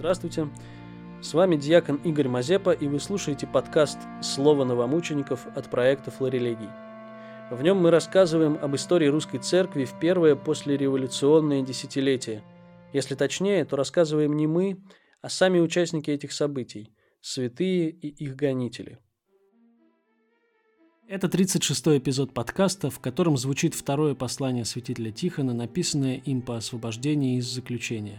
Здравствуйте, с вами диакон Игорь Мазепа, и вы слушаете подкаст «Слово новомучеников» от проекта «Флорелегий». В нем мы рассказываем об истории русской церкви в первое послереволюционное десятилетие. Если точнее, то рассказываем не мы, а сами участники этих событий, святые и их гонители. Это 36-й эпизод подкаста, в котором звучит второе послание святителя Тихона, написанное им по освобождении из заключения.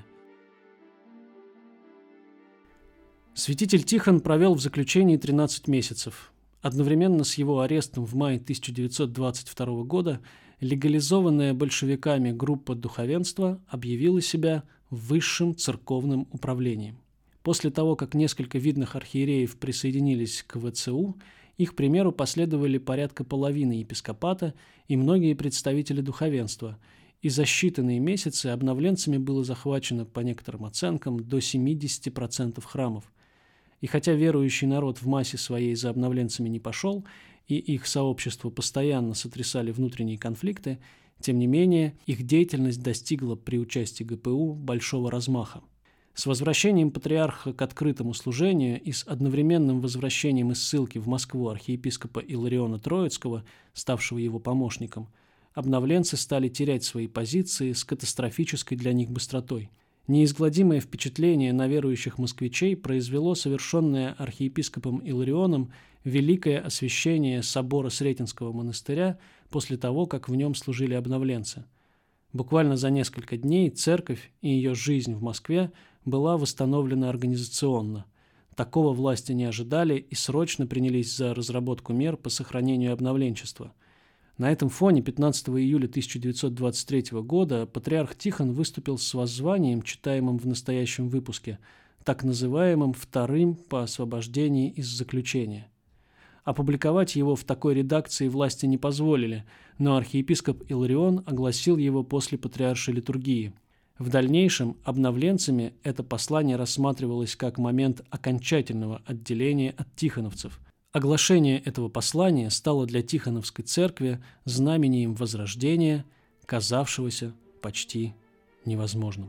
Святитель Тихон провел в заключении 13 месяцев. Одновременно с его арестом в мае 1922 года легализованная большевиками группа духовенства объявила себя высшим церковным управлением. После того, как несколько видных архиереев присоединились к ВЦУ, их примеру последовали порядка половины епископата и многие представители духовенства, и за считанные месяцы обновленцами было захвачено, по некоторым оценкам, до 70% храмов. И хотя верующий народ в массе своей за обновленцами не пошел, и их сообщество постоянно сотрясали внутренние конфликты, тем не менее их деятельность достигла при участии ГПУ большого размаха. С возвращением патриарха к открытому служению и с одновременным возвращением из ссылки в Москву архиепископа Илариона Троицкого, ставшего его помощником, обновленцы стали терять свои позиции с катастрофической для них быстротой. Неизгладимое впечатление на верующих москвичей произвело совершенное архиепископом Иларионом великое освящение собора Сретенского монастыря после того, как в нем служили обновленцы. Буквально за несколько дней церковь и ее жизнь в Москве была восстановлена организационно. Такого власти не ожидали и срочно принялись за разработку мер по сохранению обновленчества. На этом фоне 15 июля 1923 года патриарх Тихон выступил с воззванием, читаемым в настоящем выпуске, так называемым «Вторым по освобождении из заключения». Опубликовать его в такой редакции власти не позволили, но архиепископ Иларион огласил его после патриаршей литургии. В дальнейшем обновленцами это послание рассматривалось как момент окончательного отделения от тихоновцев. Оглашение этого послания стало для Тихоновской церкви знамением возрождения, казавшегося почти невозможным.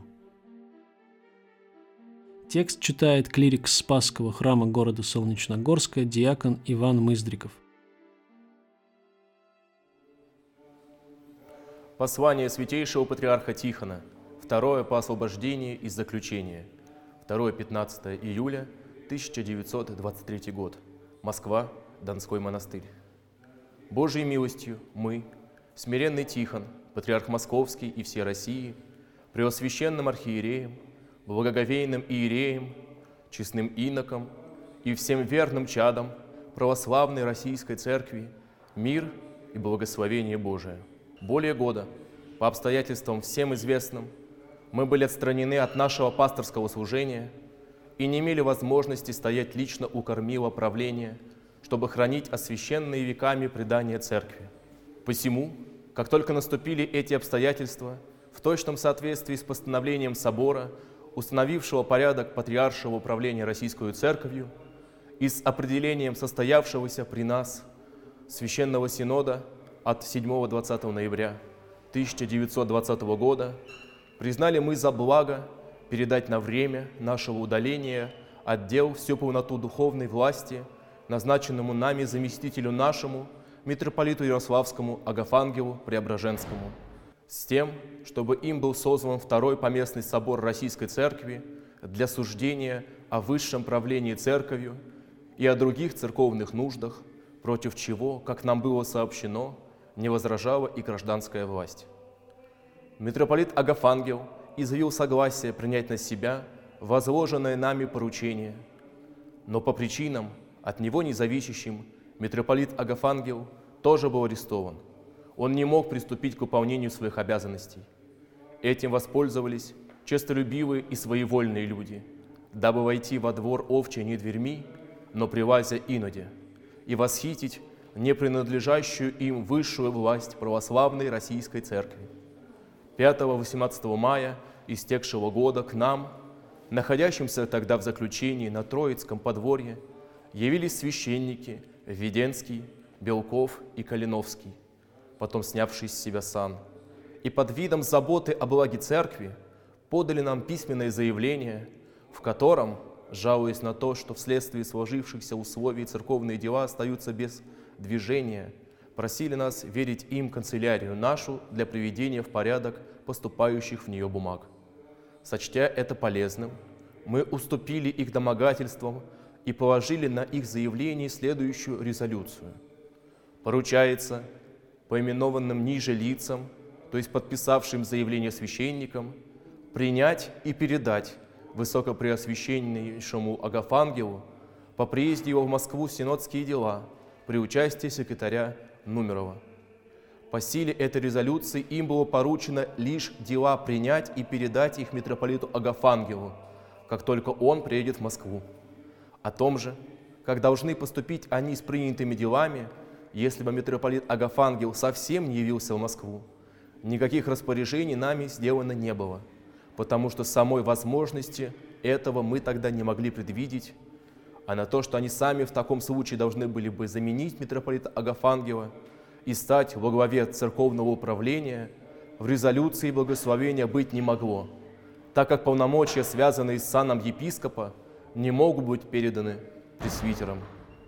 Текст читает клирик Спасского храма города Солнечногорска диакон Иван Мыздриков. Послание святейшего патриарха Тихона, второе по освобождении из заключения, 2-15 июля 1923 год, Москва, Донской монастырь. Божьей милостью мы, смиренный Тихон, патриарх Московский и всей России, преосвященным архиереем, благоговейным иереем, честным иноком и всем верным чадом православной Российской Церкви, мир и благословение Божие. Более года, по обстоятельствам всем известным, мы были отстранены от нашего пасторского служения и не имели возможности стоять лично у кормила правления, чтобы хранить освященные веками предания Церкви. Посему, как только наступили эти обстоятельства, в точном соответствии с постановлением Собора, установившего порядок патриаршего управления Российской Церковью, и с определением состоявшегося при нас Священного Синода от 7-20 ноября 1920 года, признали мы за благо передать на время нашего удаления отдел всю полноту духовной власти назначенному нами заместителю нашему, митрополиту Ярославскому Агафангелу Преображенскому, с тем, чтобы им был созван второй поместный собор Российской Церкви для суждения о высшем правлении Церковью и о других церковных нуждах, против чего, как нам было сообщено, не возражала и гражданская власть. Митрополит Агафангел изъявил согласие принять на себя возложенное нами поручение, но по причинам, от него независящим, митрополит Агафангел тоже был арестован. Он не мог приступить к выполнению своих обязанностей. Этим воспользовались честолюбивые и своевольные люди, дабы войти во двор овчий не дверьми, но привазя иноде, и восхитить непринадлежащую им высшую власть православной Российской Церкви. 5-18 мая истекшего года к нам, находящимся тогда в заключении на Троицком подворье, явились священники Введенский, Белков и Калиновский, потом снявший с себя сан, и под видом заботы о благе Церкви подали нам письменное заявление, в котором, жалуясь на то, что вследствие сложившихся условий церковные дела остаются без движения, просили нас верить им канцелярию нашу для приведения в порядок поступающих в нее бумаг. Сочтя это полезным, мы уступили их домогательствам и положили на их заявление следующую резолюцию. Поручается поименованным ниже лицам, то есть подписавшим заявление священникам, принять и передать Высокопреосвященнейшему Агафангелу по приезде его в Москву синодские дела при участии секретаря Нумерова. По силе этой резолюции им было поручено лишь дела принять и передать их митрополиту Агафангелу, как только он приедет в Москву. О том же, как должны поступить они с принятыми делами, если бы митрополит Агафангел совсем не явился в Москву, никаких распоряжений нами сделано не было, потому что самой возможности этого мы тогда не могли предвидеть, а на то, что они сами в таком случае должны были бы заменить митрополита Агафангела и стать во главе церковного управления, в резолюции благословения быть не могло, так как полномочия, связанные с саном епископа, не могут быть переданы пресвитерам.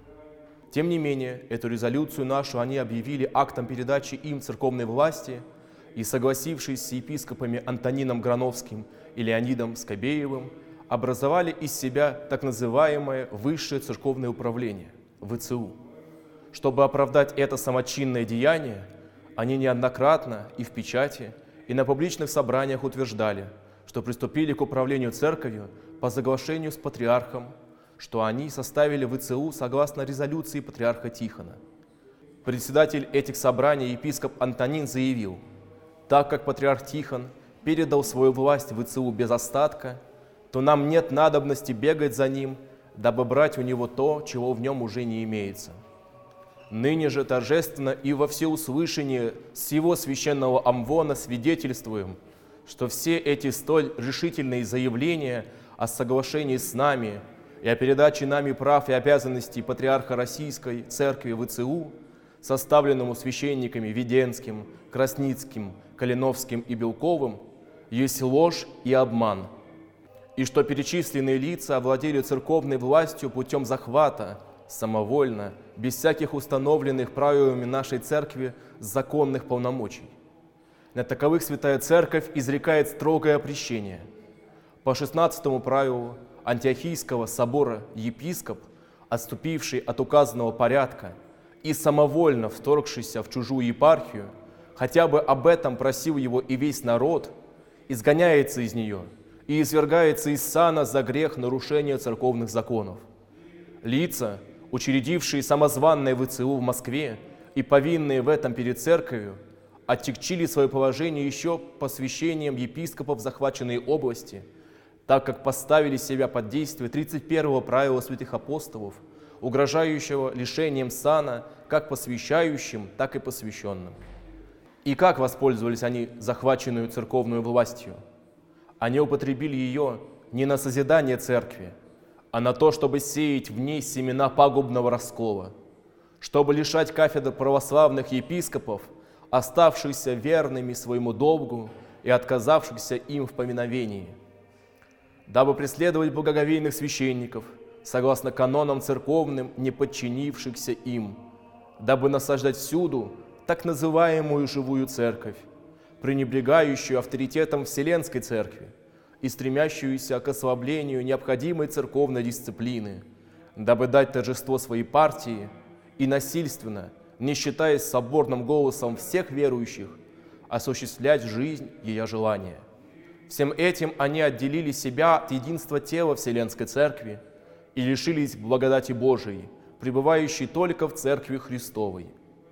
Тем не менее, эту резолюцию нашу они объявили актом передачи им церковной власти и, согласившись с епископами Антонином Грановским и Леонидом Скобеевым, образовали из себя так называемое Высшее церковное управление, ВЦУ. Чтобы оправдать это самочинное деяние, они неоднократно и в печати, и на публичных собраниях утверждали, что приступили к управлению церковью по соглашению с патриархом, что они составили ВЦУ согласно резолюции патриарха Тихона. Председатель этих собраний, епископ Антонин, заявил: так как патриарх Тихон передал свою власть ВЦУ без остатка, то нам нет надобности бегать за ним, дабы брать у него то, чего в нем уже не имеется. Ныне же торжественно и во всеуслышание с его священного амвона свидетельствуем, что все эти столь решительные заявления о соглашении с нами и о передаче нами прав и обязанностей патриарха Российской Церкви ВЦУ, составленному священниками Веденским, Красницким, Калиновским и Белковым, есть ложь и обман, и что перечисленные лица овладели церковной властью путем захвата, самовольно, без всяких установленных правилами нашей церкви законных полномочий. На таковых Святая Церковь изрекает строгое опрещение. По 16-му правилу Антиохийского собора епископ, отступивший от указанного порядка и самовольно вторгшийся в чужую епархию, хотя бы об этом просил его и весь народ, изгоняется из нее и извергается из сана за грех нарушения церковных законов. Лица, учредившие самозванное ВЦУ в Москве и повинные в этом перед церковью, оттягчили свое положение еще посвящением епископов в захваченные области, так как поставили себя под действие 31-го правила святых апостолов, угрожающего лишением сана как посвящающим, так и посвященным. И как воспользовались они захваченную церковную властью? Они употребили ее не на созидание церкви, а на то, чтобы сеять в ней семена пагубного раскола, чтобы лишать кафедр православных епископов, оставшихся верными своему долгу и отказавшихся им в поминовении, дабы преследовать благоговейных священников, согласно канонам церковным, не подчинившихся им, дабы насаждать всюду так называемую живую церковь, пренебрегающую авторитетом Вселенской Церкви и стремящуюся к ослаблению необходимой церковной дисциплины, дабы дать торжество своей партии и насильственно, не считаясь соборным голосом всех верующих, осуществлять жизнь ее желания. Всем этим они отделили себя от единства тела Вселенской Церкви и лишились благодати Божией, пребывающей только в Церкви Христовой.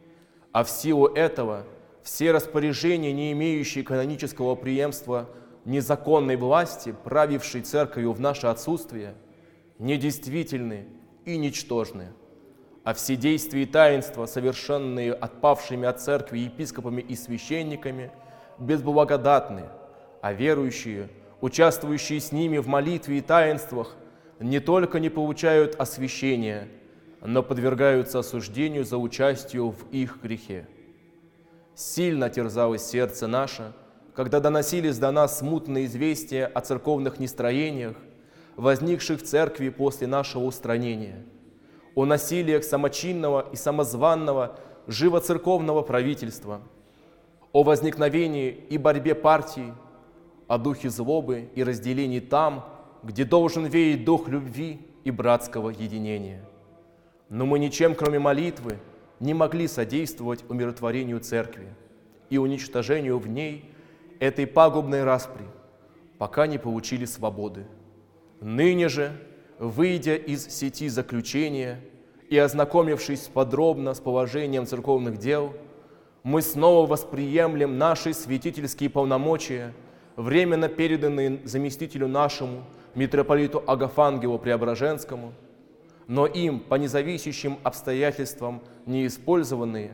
А в силу этого все распоряжения, не имеющие канонического преемства незаконной власти, правившей Церковью в наше отсутствие, недействительны и ничтожны, а все действия и таинства, совершенные отпавшими от Церкви епископами и священниками, безблагодатны, а верующие, участвующие с ними в молитве и таинствах, не только не получают освящения, но подвергаются осуждению за участие в их грехе. Сильно терзалось сердце наше, когда доносились до нас смутные известия о церковных нестроениях, возникших в церкви после нашего устранения, о насилиях самочинного и самозванного живоцерковного правительства, о возникновении и борьбе партий, о духе злобы и разделений там, где должен веять дух любви и братского единения. Но мы ничем, кроме молитвы, не могли содействовать умиротворению церкви и уничтожению в ней этой пагубной распри, пока не получили свободы. Ныне же, выйдя из сети заключения и ознакомившись подробно с положением церковных дел, мы снова восприемлем наши святительские полномочия, временно переданные заместителю нашему, митрополиту Агафангелу Преображенскому, но им по независящим обстоятельствам не использованные,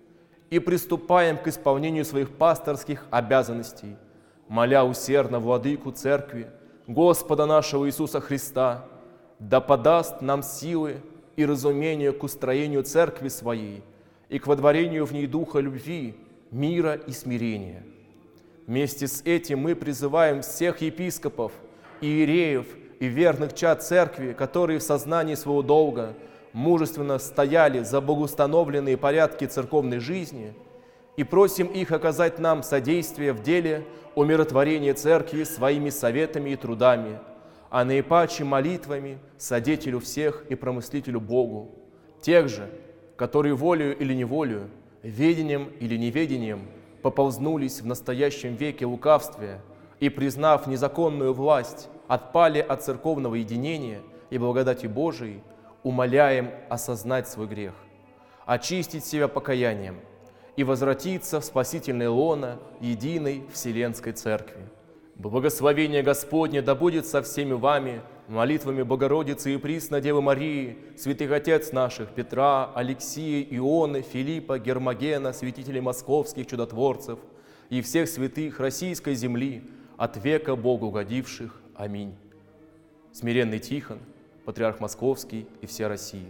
и приступаем к исполнению своих пасторских обязанностей, моля усердно Владыку Церкви, Господа нашего Иисуса Христа, да подаст нам силы и разумение к устроению Церкви Своей и к водворению в ней духа любви, мира и смирения. Вместе с этим мы призываем всех епископов, иереев и верных чад Церкви, которые в сознании своего долга мужественно стояли за богоустановленные порядки церковной жизни, и просим их оказать нам содействие в деле умиротворения Церкви своими советами и трудами, а наипаче молитвами содетелю всех и промыслителю Богу, тех же, которые волею или неволею, ведением или неведением поползнулись в настоящем веке лукавствия и, признав незаконную власть, отпали от церковного единения и благодати Божией, умоляем осознать свой грех, очистить себя покаянием и возвратиться в спасительное лоно единой Вселенской Церкви. Благословение Господне да будет со всеми вами, молитвами Богородицы и Пресной Девы Марии, святых отец наших Петра, Алексия, Ионы, Филиппа, Гермогена, святителей московских чудотворцев и всех святых российской земли, от века Богу угодивших. Аминь. Смиренный Тихон, патриарх Московский и вся Россия.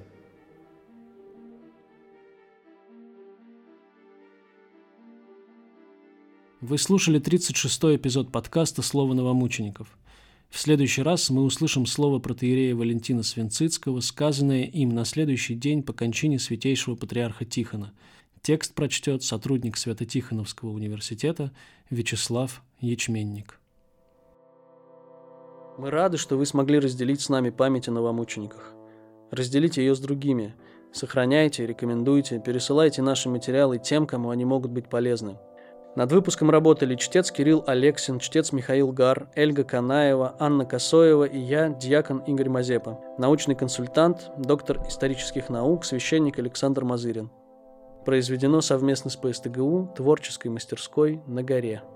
Вы слушали 36-й эпизод подкаста «Слово новомучеников». В следующий раз мы услышим слово протоиерея Валентина Свинцицкого, сказанное им на следующий день по кончине святейшего патриарха Тихона. Текст прочтет сотрудник Свято-Тихоновского университета Вячеслав Ячменник. Мы рады, что вы смогли разделить с нами память о новомучениках. Разделите ее с другими. Сохраняйте, рекомендуйте, пересылайте наши материалы тем, кому они могут быть полезны. Над выпуском работали чтец Кирилл Алексин, чтец Михаил Гар, Эльга Канаева, Анна Косоева и я, диакон Игорь Мазепа, научный консультант, доктор исторических наук, священник Александр Мазырин. Произведено совместно с ПСТГУ, творческой мастерской «На горе».